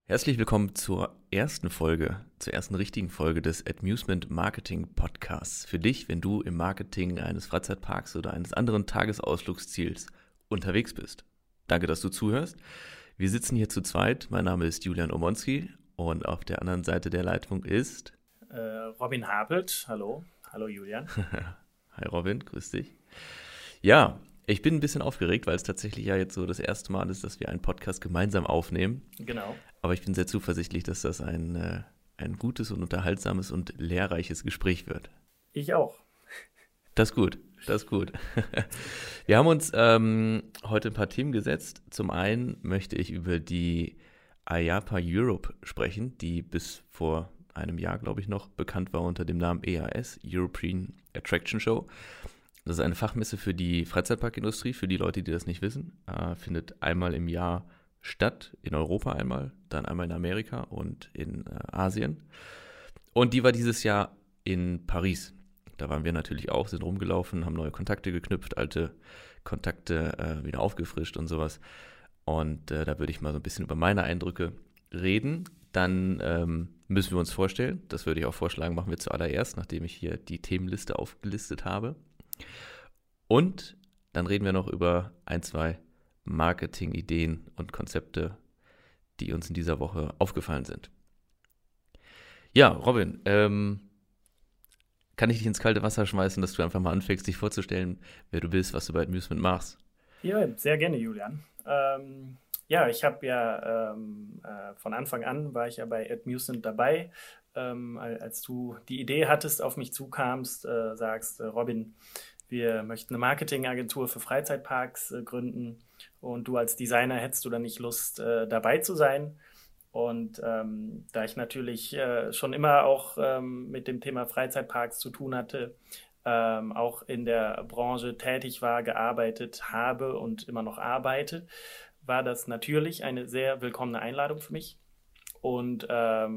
Herzlich willkommen zur ersten richtigen Folge des Amusement Marketing Podcasts. Für dich, wenn du im Marketing eines Freizeitparks oder eines anderen Tagesausflugsziels unterwegs bist. Danke, dass du zuhörst. Wir sitzen hier zu zweit. Mein Name ist Julian Omonski und auf der anderen Seite der Leitung ist Robin Habelt. Hallo. Hallo Julian. Hi Robin, grüß dich. Ja, ich bin ein bisschen aufgeregt, weil es tatsächlich ja jetzt so das erste Mal ist, dass wir einen Podcast gemeinsam aufnehmen. Genau. Aber ich bin sehr zuversichtlich, dass das ein gutes und unterhaltsames und lehrreiches Gespräch wird. Ich auch. Das ist gut, das ist gut. Wir haben uns heute ein paar Themen gesetzt. Zum einen möchte ich über die IAAPA Europe sprechen, die bis vor einem Jahr, glaube ich, noch bekannt war unter dem Namen EAS, European Attraction Show. Das ist eine Fachmesse für die Freizeitparkindustrie, für die Leute, die das nicht wissen. Findet einmal im Jahr statt, in Europa einmal, dann einmal in Amerika und in Asien. Und die war dieses Jahr in Paris. Da waren wir natürlich auch, sind rumgelaufen, haben neue Kontakte geknüpft, alte Kontakte wieder aufgefrischt und sowas. Und da würde ich mal so ein bisschen über meine Eindrücke reden. Dann müssen wir uns vorstellen. Das würde ich auch vorschlagen, machen wir zuallererst, nachdem ich hier die Themenliste aufgelistet habe. Und dann reden wir noch über ein, zwei Marketing-Ideen und Konzepte, die uns in dieser Woche aufgefallen sind. Ja, Robin, kann ich dich ins kalte Wasser schmeißen, dass du einfach mal anfängst, dich vorzustellen, wer du bist, was du bei Amusement machst? Ja, sehr gerne, Julian. Ich habe von Anfang an war ich ja bei Amusement dabei. Als du die Idee hattest, auf mich zukamst, sagst, Robin, wir möchten eine Marketingagentur für Freizeitparks gründen und du als Designer hättest du dann nicht Lust, dabei zu sein. Und da ich natürlich schon immer auch mit dem Thema Freizeitparks zu tun hatte, auch in der Branche tätig war, gearbeitet habe und immer noch arbeite, war das natürlich eine sehr willkommene Einladung für mich. Und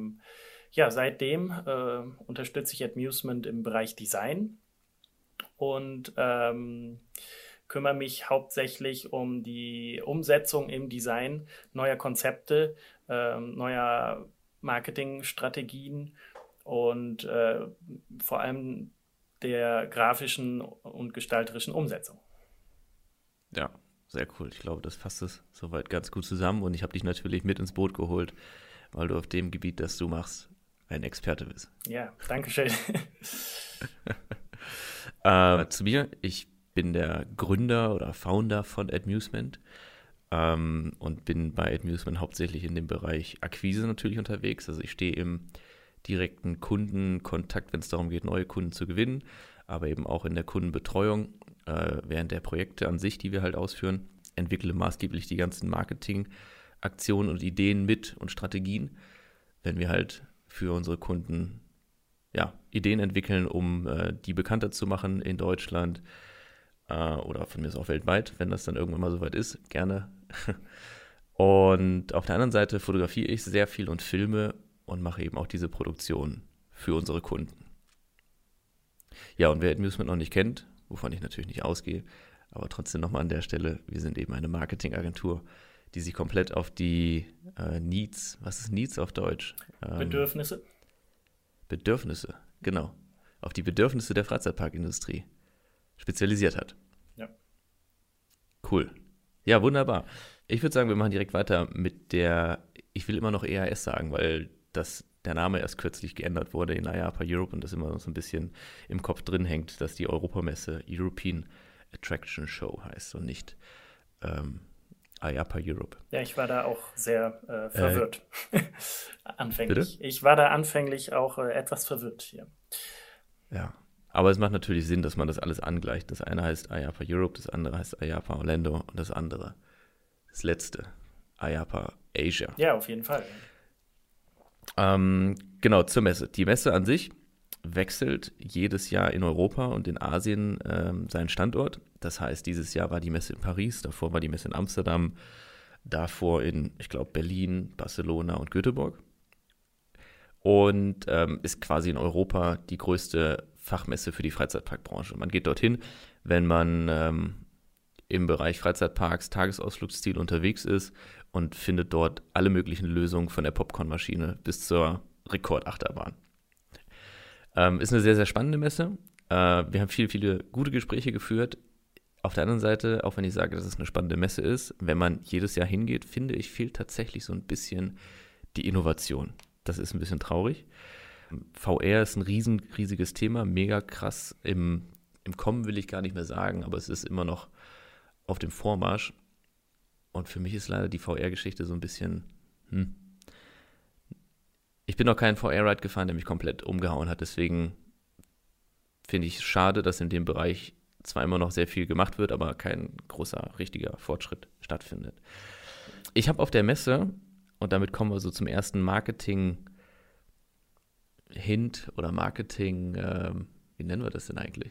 seitdem unterstütze ich Amusement im Bereich Design und kümmere mich hauptsächlich um die Umsetzung im Design neuer Konzepte, neuer Marketingstrategien und vor allem der grafischen und gestalterischen Umsetzung. Ja, sehr cool. Ich glaube, das fasst es soweit ganz gut zusammen. Und ich habe dich natürlich mit ins Boot geholt, weil du auf dem Gebiet, das du machst, ein Experte bist. Ja, danke schön. Zu mir, ich bin der Gründer oder Founder von Amusement und bin bei Amusement hauptsächlich in dem Bereich Akquise natürlich unterwegs. Also ich stehe im direkten Kundenkontakt, wenn es darum geht, neue Kunden zu gewinnen, aber eben auch in der Kundenbetreuung während der Projekte an sich, die wir halt ausführen, entwickle maßgeblich die ganzen Marketingaktionen und Ideen mit und Strategien, wenn wir halt für unsere Kunden Ideen entwickeln, um die bekannter zu machen in Deutschland oder von mir aus auch weltweit, wenn das dann irgendwann mal soweit ist, gerne. Und auf der anderen Seite fotografiere ich sehr viel und filme und mache eben auch diese Produktion für unsere Kunden. Ja, und wer Amusement noch nicht kennt, wovon ich natürlich nicht ausgehe, aber trotzdem nochmal an der Stelle, wir sind eben eine Marketingagentur, die sich komplett auf die Needs, was ist Needs auf Deutsch? Bedürfnisse, genau. Auf die Bedürfnisse der Freizeitparkindustrie spezialisiert hat. Ja. Cool. Ja, wunderbar. Ich würde sagen, wir machen direkt weiter mit ich will immer noch EAS sagen, weil der Name erst kürzlich geändert wurde in IAAPA Europe und das immer noch so ein bisschen im Kopf drin hängt, dass die Europamesse European Attraction Show heißt und nicht IAAPA Europe. Ja, ich war da auch sehr verwirrt. Anfänglich. Bitte? Ich war da anfänglich auch etwas verwirrt hier. Ja, aber es macht natürlich Sinn, dass man das alles angleicht. Das eine heißt IAAPA Europe, das andere heißt IAAPA Orlando und das letzte, IAAPA Asia. Ja, auf jeden Fall. Genau, zur Messe. Die Messe an sich wechselt jedes Jahr in Europa und in Asien seinen Standort. Das heißt, dieses Jahr war die Messe in Paris, davor war die Messe in Amsterdam, davor in, ich glaube, Berlin, Barcelona und Göteborg. Und ist quasi in Europa die größte Fachmesse für die Freizeitparkbranche. Man geht dorthin, wenn man im Bereich Freizeitparks, Tagesausflugsziel unterwegs ist und findet dort alle möglichen Lösungen von der Popcornmaschine bis zur Rekordachterbahn. Ist eine sehr, sehr spannende Messe. Wir haben viele gute Gespräche geführt. Auf der anderen Seite, auch wenn ich sage, dass es eine spannende Messe ist, wenn man jedes Jahr hingeht, finde ich, fehlt tatsächlich so ein bisschen die Innovation. Das ist ein bisschen traurig. VR ist ein riesiges Thema, mega krass. Im Kommen will ich gar nicht mehr sagen, aber es ist immer noch auf dem Vormarsch. Und für mich ist leider die VR-Geschichte so ein bisschen, Ich bin noch keinen VR-Ride gefahren, der mich komplett umgehauen hat. Deswegen finde ich es schade, dass in dem Bereich zwar immer noch sehr viel gemacht wird, aber kein großer, richtiger Fortschritt stattfindet. Ich habe auf der Messe, und damit kommen wir so zum ersten Marketing-Hint oder Marketing, wie nennen wir das denn eigentlich?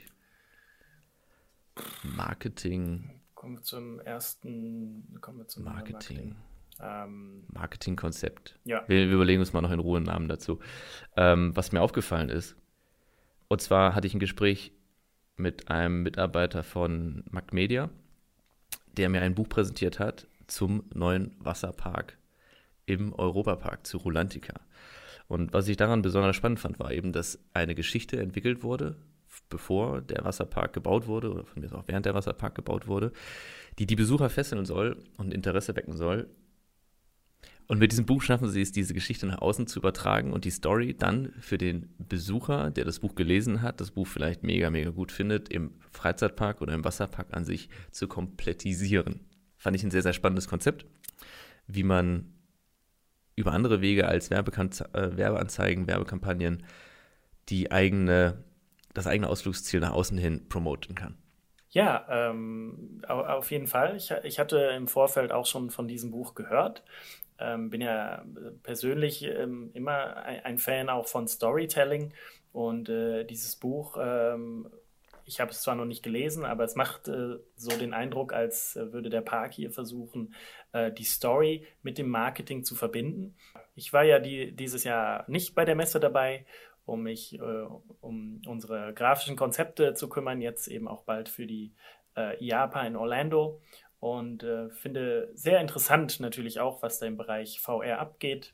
Kommen wir zum Marketing. Marketingkonzept. Ja. Wir überlegen uns mal noch in Ruhe einen Namen dazu. Was mir aufgefallen ist, und zwar hatte ich ein Gespräch mit einem Mitarbeiter von Mac Media, der mir ein Buch präsentiert hat zum neuen Wasserpark im Europapark, zu Rulantica. Und was ich daran besonders spannend fand, war eben, dass eine Geschichte entwickelt wurde, bevor der Wasserpark gebaut wurde, oder von mir auch während der Wasserpark gebaut wurde, die Besucher fesseln soll und Interesse wecken soll. Und mit diesem Buch schaffen sie es, diese Geschichte nach außen zu übertragen und die Story dann für den Besucher, der das Buch gelesen hat, das Buch vielleicht mega gut findet, im Freizeitpark oder im Wasserpark an sich zu komplettisieren. Fand ich ein sehr, sehr spannendes Konzept, wie man über andere Wege als Werbeanzeigen, Werbekampagnen das eigene Ausflugsziel nach außen hin promoten kann. Ja, auf jeden Fall. Ich hatte im Vorfeld auch schon von diesem Buch gehört. Bin ja persönlich immer ein Fan auch von Storytelling und dieses Buch, ich habe es zwar noch nicht gelesen, aber es macht so den Eindruck, als würde der Park hier versuchen, die Story mit dem Marketing zu verbinden. Ich war ja dieses Jahr nicht bei der Messe dabei, um mich um unsere grafischen Konzepte zu kümmern, jetzt eben auch bald für die IAAPA in Orlando. Und finde sehr interessant natürlich auch, was da im Bereich VR abgeht.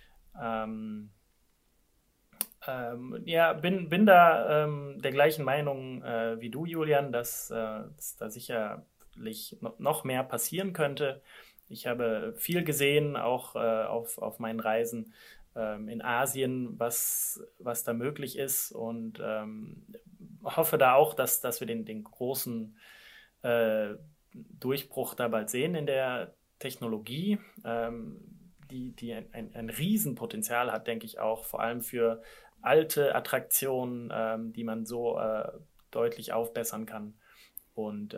Ja, bin da der gleichen Meinung wie du, Julian, dass da sicherlich noch mehr passieren könnte. Ich habe viel gesehen, auch auf meinen Reisen in Asien, was da möglich ist und hoffe da auch, dass wir den großen Durchbruch da bald sehen in der Technologie, die ein Riesenpotenzial hat, denke ich auch, vor allem für alte Attraktionen, die man so deutlich aufbessern kann. Und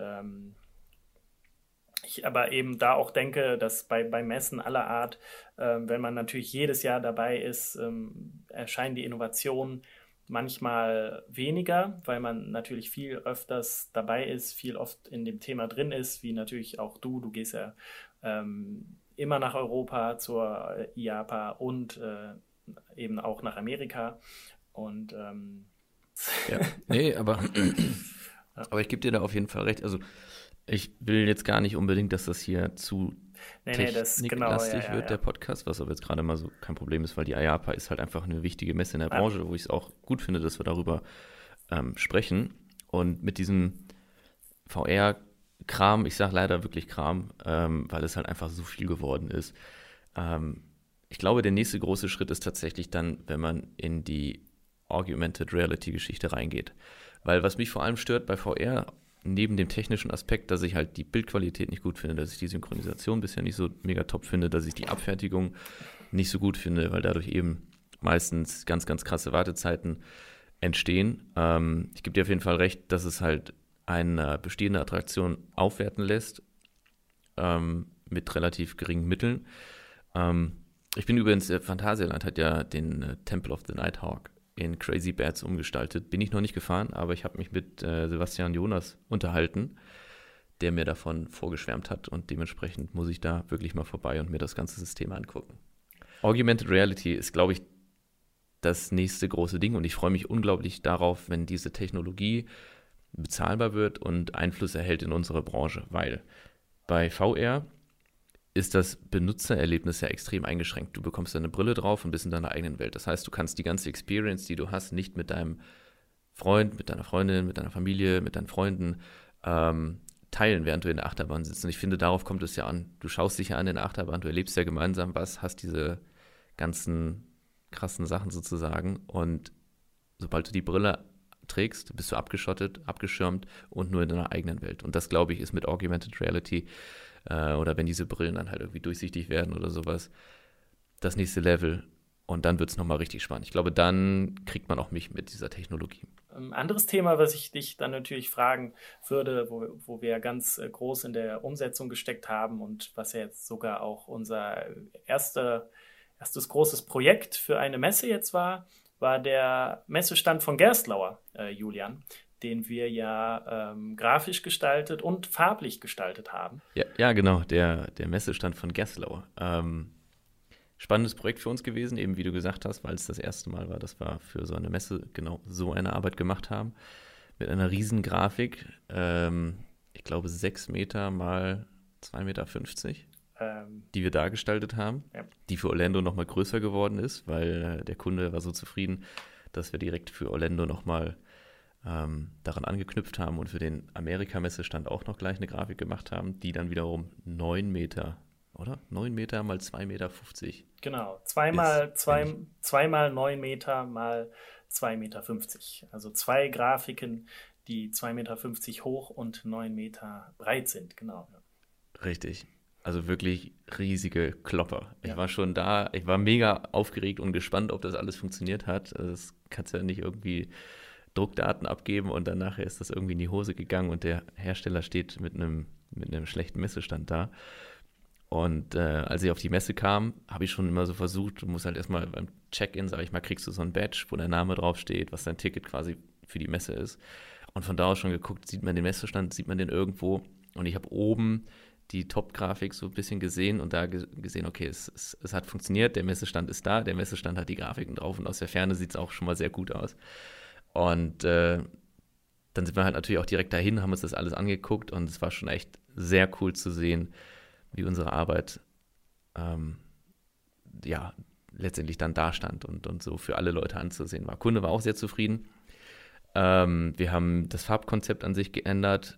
ich aber eben da auch denke, dass bei Messen aller Art, wenn man natürlich jedes Jahr dabei ist, erscheinen die Innovationen manchmal weniger, weil man natürlich viel öfters dabei ist, viel oft in dem Thema drin ist, wie natürlich auch du. Du gehst ja immer nach Europa zur IAAPA und eben auch nach Amerika. Und ja, nee, aber ich gebe dir da auf jeden Fall recht. Also ich will jetzt gar nicht unbedingt, dass das hier zu techniklastig wird, der Podcast, was aber jetzt gerade mal so kein Problem ist, weil die IAAPA ist halt einfach eine wichtige Messe in der Branche, wo ich es auch gut finde, dass wir darüber sprechen. Und mit diesem VR-Kram, ich sage leider wirklich Kram, weil es halt einfach so viel geworden ist. Ich glaube, der nächste große Schritt ist tatsächlich dann, wenn man in die Augmented Reality-Geschichte reingeht. Weil was mich vor allem stört bei VR, neben dem technischen Aspekt, dass ich halt die Bildqualität nicht gut finde, dass ich die Synchronisation bisher nicht so mega top finde, dass ich die Abfertigung nicht so gut finde, weil dadurch eben meistens ganz krasse Wartezeiten entstehen. Ich gebe dir auf jeden Fall recht, dass es halt eine bestehende Attraktion aufwerten lässt, mit relativ geringen Mitteln. Ich bin übrigens, Phantasialand hat ja den Temple of the Nighthawk in Crazy Bats umgestaltet. Bin ich noch nicht gefahren, aber ich habe mich mit Sebastian Jonas unterhalten, der mir davon vorgeschwärmt hat und dementsprechend muss ich da wirklich mal vorbei und mir das ganze System angucken. Augmented Reality ist, glaube ich, das nächste große Ding und ich freue mich unglaublich darauf, wenn diese Technologie bezahlbar wird und Einfluss erhält in unsere Branche, weil bei VR ist das Benutzererlebnis ja extrem eingeschränkt. Du bekommst eine Brille drauf und bist in deiner eigenen Welt. Das heißt, du kannst die ganze Experience, die du hast, nicht mit deinem Freund, mit deiner Freundin, mit deiner Familie, mit deinen Freunden teilen, während du in der Achterbahn sitzt. Und ich finde, darauf kommt es ja an. Du schaust dich ja an in der Achterbahn, du erlebst ja gemeinsam was, hast diese ganzen krassen Sachen sozusagen. Und sobald du die Brille trägst, bist du abgeschottet, abgeschirmt und nur in deiner eigenen Welt. Und das, glaube ich, ist mit Augmented Reality oder wenn diese Brillen dann halt irgendwie durchsichtig werden oder sowas, das nächste Level. Und dann wird es nochmal richtig spannend. Ich glaube, dann kriegt man auch mich mit dieser Technologie. Ein anderes Thema, was ich dich dann natürlich fragen würde, wo wir ja ganz groß in der Umsetzung gesteckt haben und was ja jetzt sogar auch unser erstes großes Projekt für eine Messe jetzt war der Messestand von Gerstlauer, Julian, den wir ja grafisch gestaltet und farblich gestaltet haben. Ja, genau, der Messestand von Gerstlauer. Spannendes Projekt für uns gewesen, eben wie du gesagt hast, weil es das erste Mal war, dass wir für so eine Messe genau so eine Arbeit gemacht haben. Mit einer riesen Grafik, ich glaube 6 Meter mal 2,50 Meter, die wir da gestaltet haben, ja. Die für Orlando nochmal größer geworden ist, weil der Kunde war so zufrieden, dass wir direkt für Orlando nochmal daran angeknüpft haben und für den Amerika-Messestand auch noch gleich eine Grafik gemacht haben, die dann wiederum 9 Meter, oder? 9 Meter mal 2,50 Meter. Genau, zweimal 9 Meter mal 2,50 Meter. Also 2 Grafiken, die 2,50 Meter hoch und 9 Meter breit sind, genau. Richtig. Also wirklich riesige Klopper. Ich war schon da, ich war mega aufgeregt und gespannt, ob das alles funktioniert hat. Das kannst du ja nicht irgendwie Druckdaten abgeben und dann nachher ist das irgendwie in die Hose gegangen und der Hersteller steht mit einem schlechten Messestand da. Und als ich auf die Messe kam, habe ich schon immer so versucht, du musst halt erstmal beim Check-in, sag ich mal, kriegst du so ein Badge, wo der Name draufsteht, was dein Ticket quasi für die Messe ist. Und von da aus schon geguckt, sieht man den Messestand, sieht man den irgendwo. Und ich habe oben die Top-Grafik so ein bisschen gesehen und da gesehen, okay, es hat funktioniert, der Messestand ist da, der Messestand hat die Grafiken drauf und aus der Ferne sieht es auch schon mal sehr gut aus. Und dann sind wir halt natürlich auch direkt dahin, haben uns das alles angeguckt und es war schon echt sehr cool zu sehen, wie unsere Arbeit letztendlich dann dastand und so für alle Leute anzusehen war. Kunde war auch sehr zufrieden. Wir haben das Farbkonzept an sich geändert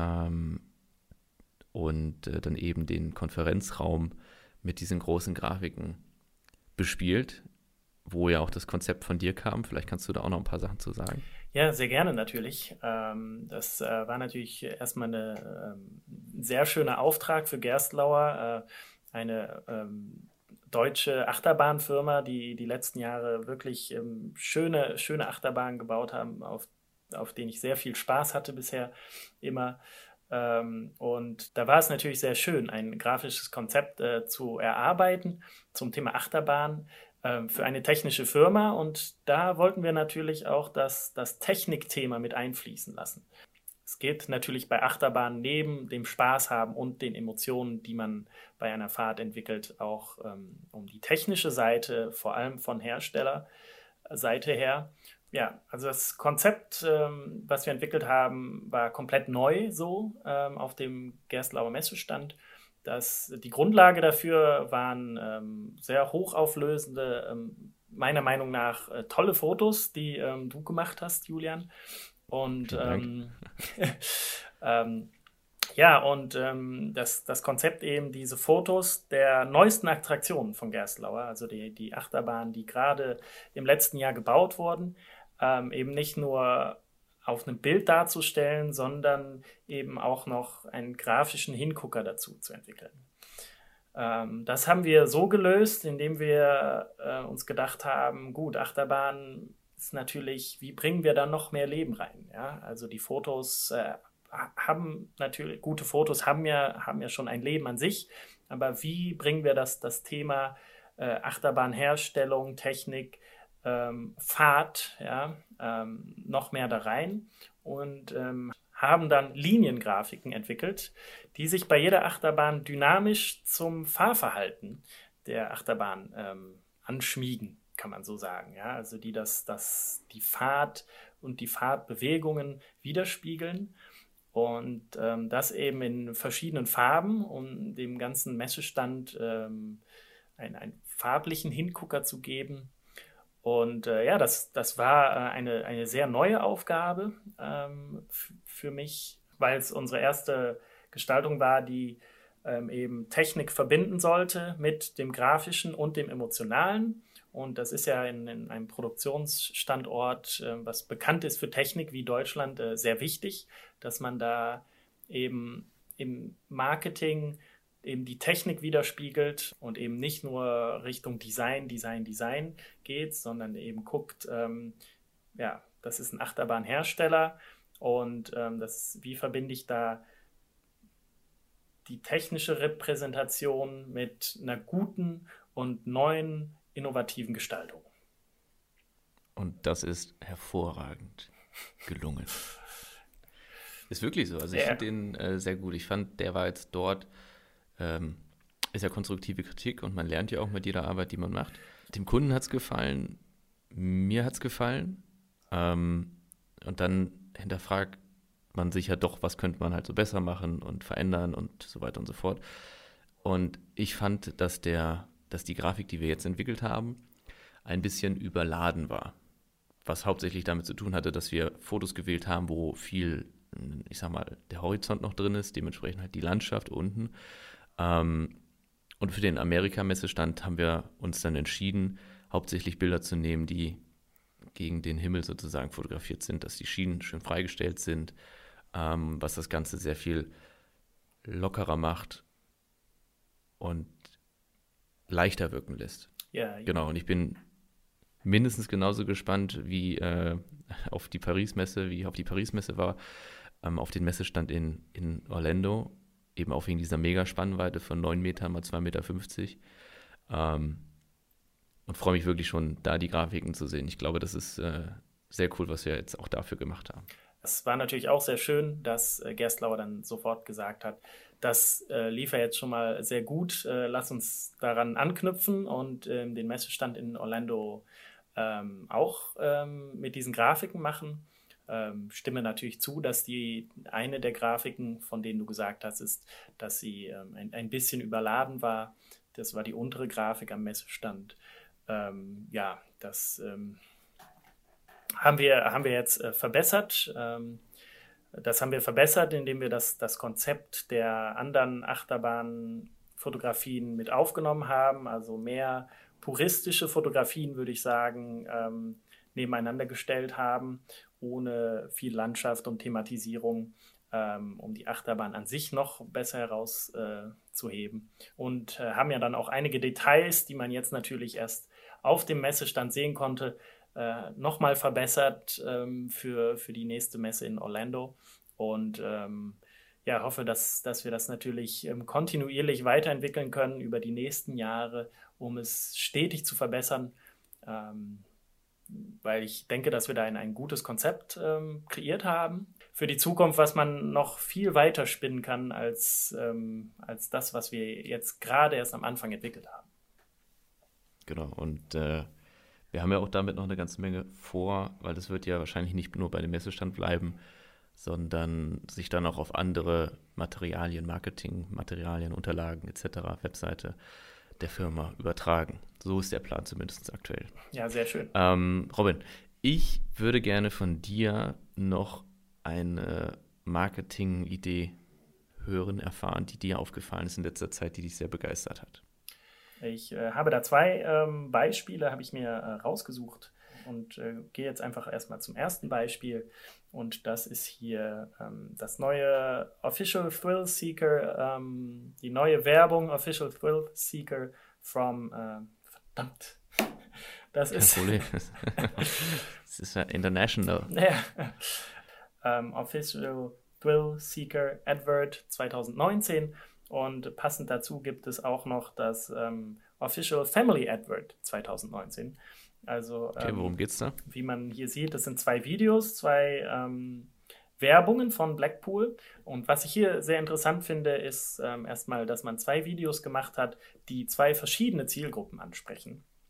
und dann eben den Konferenzraum mit diesen großen Grafiken bespielt, wo ja auch das Konzept von dir kam. Vielleicht kannst du da auch noch ein paar Sachen zu sagen. Ja, sehr gerne natürlich. Das war natürlich erstmal ein sehr schöner Auftrag für Gerstlauer, eine deutsche Achterbahnfirma, die letzten Jahre wirklich schöne Achterbahnen gebaut haben, auf denen ich sehr viel Spaß hatte bisher immer. Und da war es natürlich sehr schön, ein grafisches Konzept zu erarbeiten zum Thema Achterbahn für eine technische Firma. Und da wollten wir natürlich auch das Technikthema mit einfließen lassen. Es geht natürlich bei Achterbahnen neben dem Spaß haben und den Emotionen, die man bei einer Fahrt entwickelt, auch um die technische Seite, vor allem von Herstellerseite her. Ja, also das Konzept, was wir entwickelt haben, war komplett neu so auf dem Gerstlauer Messestand. Die Grundlage dafür waren sehr hochauflösende, meiner Meinung nach tolle Fotos, die du gemacht hast, Julian. Und das Konzept eben diese Fotos der neuesten Attraktionen von Gerstlauer, also die Achterbahnen, die gerade im letzten Jahr gebaut wurden, eben nicht nur auf einem Bild darzustellen, sondern eben auch noch einen grafischen Hingucker dazu zu entwickeln. Das haben wir so gelöst, indem wir uns gedacht haben, gut, Achterbahn ist natürlich, wie bringen wir da noch mehr Leben rein? Ja? Also die Fotos haben natürlich, gute Fotos haben ja schon ein Leben an sich, aber wie bringen wir das Thema Achterbahnherstellung, Technik, Fahrt, ja, noch mehr da rein und haben dann Liniengrafiken entwickelt, die sich bei jeder Achterbahn dynamisch zum Fahrverhalten der Achterbahn anschmiegen. kann man so sagen. Ja? Also die die Fahrt und die Fahrtbewegungen widerspiegeln. Und das eben in verschiedenen Farben, um dem ganzen Messestand einen farblichen Hingucker zu geben. Und das war eine sehr neue Aufgabe für mich, weil es unsere erste Gestaltung war, die eben Technik verbinden sollte mit dem Grafischen und dem Emotionalen. Und das ist ja in einem Produktionsstandort, was bekannt ist für Technik wie Deutschland, sehr wichtig, dass man da eben im Marketing eben die Technik widerspiegelt und eben nicht nur Richtung Design geht, sondern eben guckt, das ist ein Achterbahnhersteller und wie verbinde ich da die technische Repräsentation mit einer guten und neuen, innovativen Gestaltung. Und das ist hervorragend gelungen. Ist wirklich so. Also ich finde den sehr gut. Ich fand, der war jetzt dort, ist ja konstruktive Kritik und man lernt ja auch mit jeder Arbeit, die man macht. Dem Kunden hat es gefallen, mir hat es gefallen. Und dann hinterfragt man sich ja doch, was könnte man halt so besser machen und verändern und so weiter und so fort. Und ich fand, dass die Grafik, die wir jetzt entwickelt haben, ein bisschen überladen war. Was hauptsächlich damit zu tun hatte, dass wir Fotos gewählt haben, wo viel, ich sag mal, der Horizont noch drin ist, dementsprechend halt die Landschaft unten. Und für den Amerika-Messestand haben wir uns dann entschieden, hauptsächlich Bilder zu nehmen, die gegen den Himmel sozusagen fotografiert sind, dass die Schienen schön freigestellt sind, was das Ganze sehr viel lockerer macht und leichter wirken lässt. Ja. Genau, und ich bin mindestens genauso gespannt wie auf die Paris-Messe, war, auf den Messestand in Orlando, eben auch wegen dieser Mega-Spannweite von 9 Metern mal 2,50 Meter. Und freue mich wirklich schon, da die Grafiken zu sehen. Ich glaube, das ist sehr cool, was wir jetzt auch dafür gemacht haben. Es war natürlich auch sehr schön, dass Gerstlauer dann sofort gesagt hat, das lief ja jetzt schon mal sehr gut, lass uns daran anknüpfen und den Messestand in Orlando auch mit diesen Grafiken machen. Stimme natürlich zu, dass eine der Grafiken, von denen du gesagt hast, ist, dass sie ein bisschen überladen war. Das war die untere Grafik am Messestand. Das haben wir jetzt verbessert. Das haben wir verbessert, indem wir das Konzept der anderen Achterbahnfotografien mit aufgenommen haben. Also mehr puristische Fotografien, würde ich sagen, nebeneinander gestellt haben, ohne viel Landschaft und Thematisierung, um die Achterbahn an sich noch besser herauszuheben. Und haben ja dann auch einige Details, die man jetzt natürlich erst auf dem Messestand sehen konnte, nochmal verbessert für die nächste Messe in Orlando. Und hoffe, dass wir das natürlich kontinuierlich weiterentwickeln können über die nächsten Jahre, um es stetig zu verbessern. Weil ich denke, dass wir da ein gutes Konzept kreiert haben für die Zukunft, was man noch viel weiter spinnen kann als das, was wir jetzt gerade erst am Anfang entwickelt haben. Genau, und wir haben ja auch damit noch eine ganze Menge vor, weil das wird ja wahrscheinlich nicht nur bei dem Messestand bleiben, sondern sich dann auch auf andere Materialien, Marketingmaterialien, Unterlagen etc., Webseite der Firma übertragen. So ist der Plan zumindest aktuell. Ja, sehr schön. Robin, ich würde gerne von dir noch eine Marketing-Idee hören, erfahren, die dir aufgefallen ist in letzter Zeit, die dich sehr begeistert hat. Ich habe da zwei Beispiele, habe ich mir rausgesucht und gehe jetzt einfach erstmal zum ersten Beispiel. Und das ist hier das neue Official Thrill Seeker, die neue Werbung Official Thrill Seeker from, verdammt, das ist... Kein Problem. Das ist ja international. Ja. Official Thrill Seeker Advert 2019. Und passend dazu gibt es auch noch das Official Family Advert 2019. Also, okay, worum geht's da? Wie man hier sieht, das sind zwei Videos, zwei Werbungen von Blackpool. Und was ich hier sehr interessant finde, ist erstmal, dass man zwei Videos gemacht hat, die zwei verschiedene Zielgruppen ansprechen.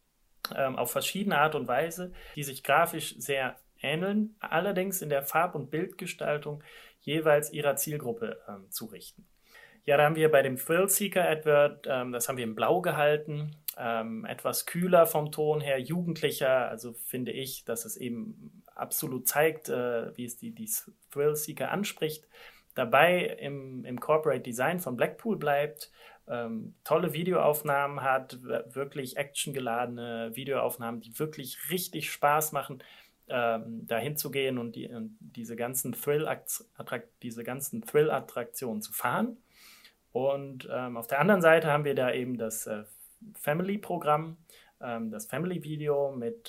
auf verschiedene Art und Weise, die sich grafisch sehr ähneln, allerdings in der Farb- und Bildgestaltung jeweils ihrer Zielgruppe zurichten. Ja, da haben wir bei dem Thrill Seeker Advert, das haben wir in Blau gehalten, etwas kühler vom Ton her, jugendlicher, also finde ich, dass es eben absolut zeigt, wie es die Thrill Seeker anspricht, dabei im Corporate Design von Blackpool bleibt, tolle Videoaufnahmen hat, wirklich actiongeladene Videoaufnahmen, die wirklich richtig Spaß machen, dahin zu gehen und diese ganzen Thrill-Attraktionen zu fahren. Und auf der anderen Seite haben wir da eben das Family-Programm, das Family-Video mit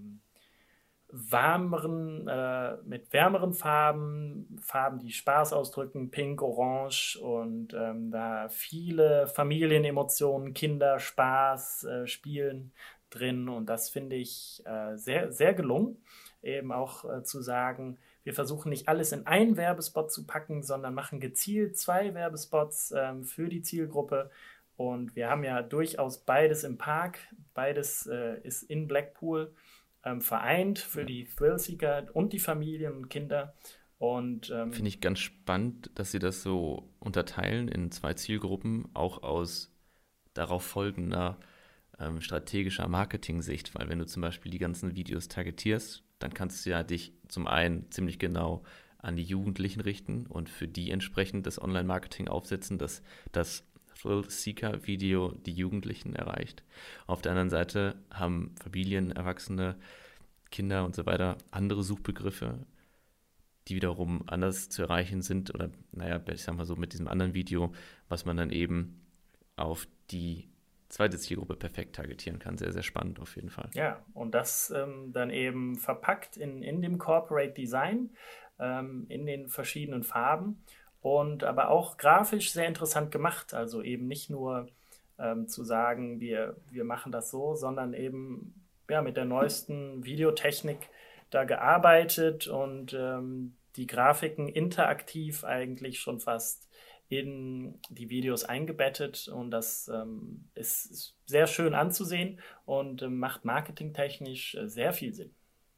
wärmeren Farben, die Spaß ausdrücken, pink, orange und da viele Familienemotionen, Kinder, Spaß, Spielen drin und das finde ich sehr, sehr gelungen, eben auch zu sagen, wir versuchen nicht alles in einen Werbespot zu packen, sondern machen gezielt 2 Werbespots für die Zielgruppe und wir haben ja durchaus beides im Park, beides ist in Blackpool vereint für die Thrillseeker und die Familien und Kinder. Und finde ich ganz spannend, dass Sie das so unterteilen in 2 Zielgruppen, auch aus darauf folgender strategischer Marketing-Sicht, weil wenn du zum Beispiel die ganzen Videos targetierst, dann kannst du ja dich zum einen ziemlich genau an die Jugendlichen richten und für die entsprechend das Online-Marketing aufsetzen, dass das Thrill-Seeker-Video die Jugendlichen erreicht. Auf der anderen Seite haben Familien, Erwachsene, Kinder und so weiter andere Suchbegriffe, die wiederum anders zu erreichen sind oder, naja, ich sag mal so mit diesem anderen Video, was man dann eben auf die zweite Zielgruppe perfekt targetieren kann. Sehr, sehr spannend auf jeden Fall. Ja, und das dann eben verpackt in dem Corporate Design, in den verschiedenen Farben und aber auch grafisch sehr interessant gemacht. Also eben nicht nur zu sagen, wir machen das so, sondern eben ja, mit der neuesten Videotechnik da gearbeitet und die Grafiken interaktiv eigentlich schon fast in die Videos eingebettet und das ist sehr schön anzusehen und macht marketingtechnisch sehr viel Sinn.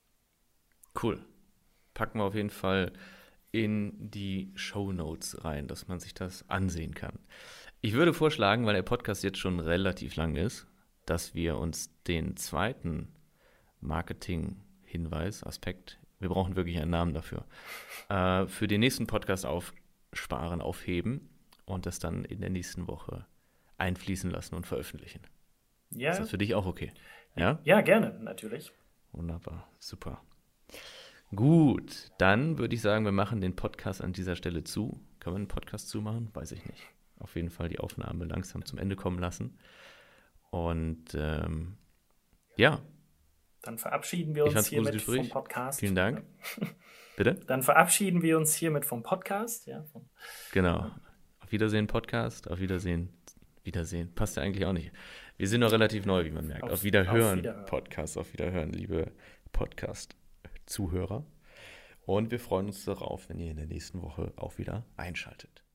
Cool. Packen wir auf jeden Fall in die Shownotes rein, dass man sich das ansehen kann. Ich würde vorschlagen, weil der Podcast jetzt schon relativ lang ist, dass wir uns den zweiten Marketing-Hinweis, Aspekt, wir brauchen wirklich einen Namen dafür, für den nächsten Podcast aufheben und das dann in der nächsten Woche einfließen lassen und veröffentlichen. Ja. Ist das für dich auch okay? Ja? Ja, gerne, natürlich. Wunderbar, super. Gut, dann würde ich sagen, wir machen den Podcast an dieser Stelle zu. Können wir einen Podcast zumachen? Weiß ich nicht. Auf jeden Fall die Aufnahme langsam zum Ende kommen lassen. Und ja. Dann verabschieden wir uns hiermit vom Podcast. Vielen Dank. Bitte? Dann verabschieden wir uns hiermit vom Podcast. Ja, genau. Auf Wiedersehen, Podcast. Auf Wiedersehen. Wiedersehen. Passt ja eigentlich auch nicht. Wir sind noch relativ neu, wie man merkt. Auf Wiederhören, Podcast. Auf Wiederhören, liebe Podcast-Zuhörer. Und wir freuen uns darauf, wenn ihr in der nächsten Woche auch wieder einschaltet.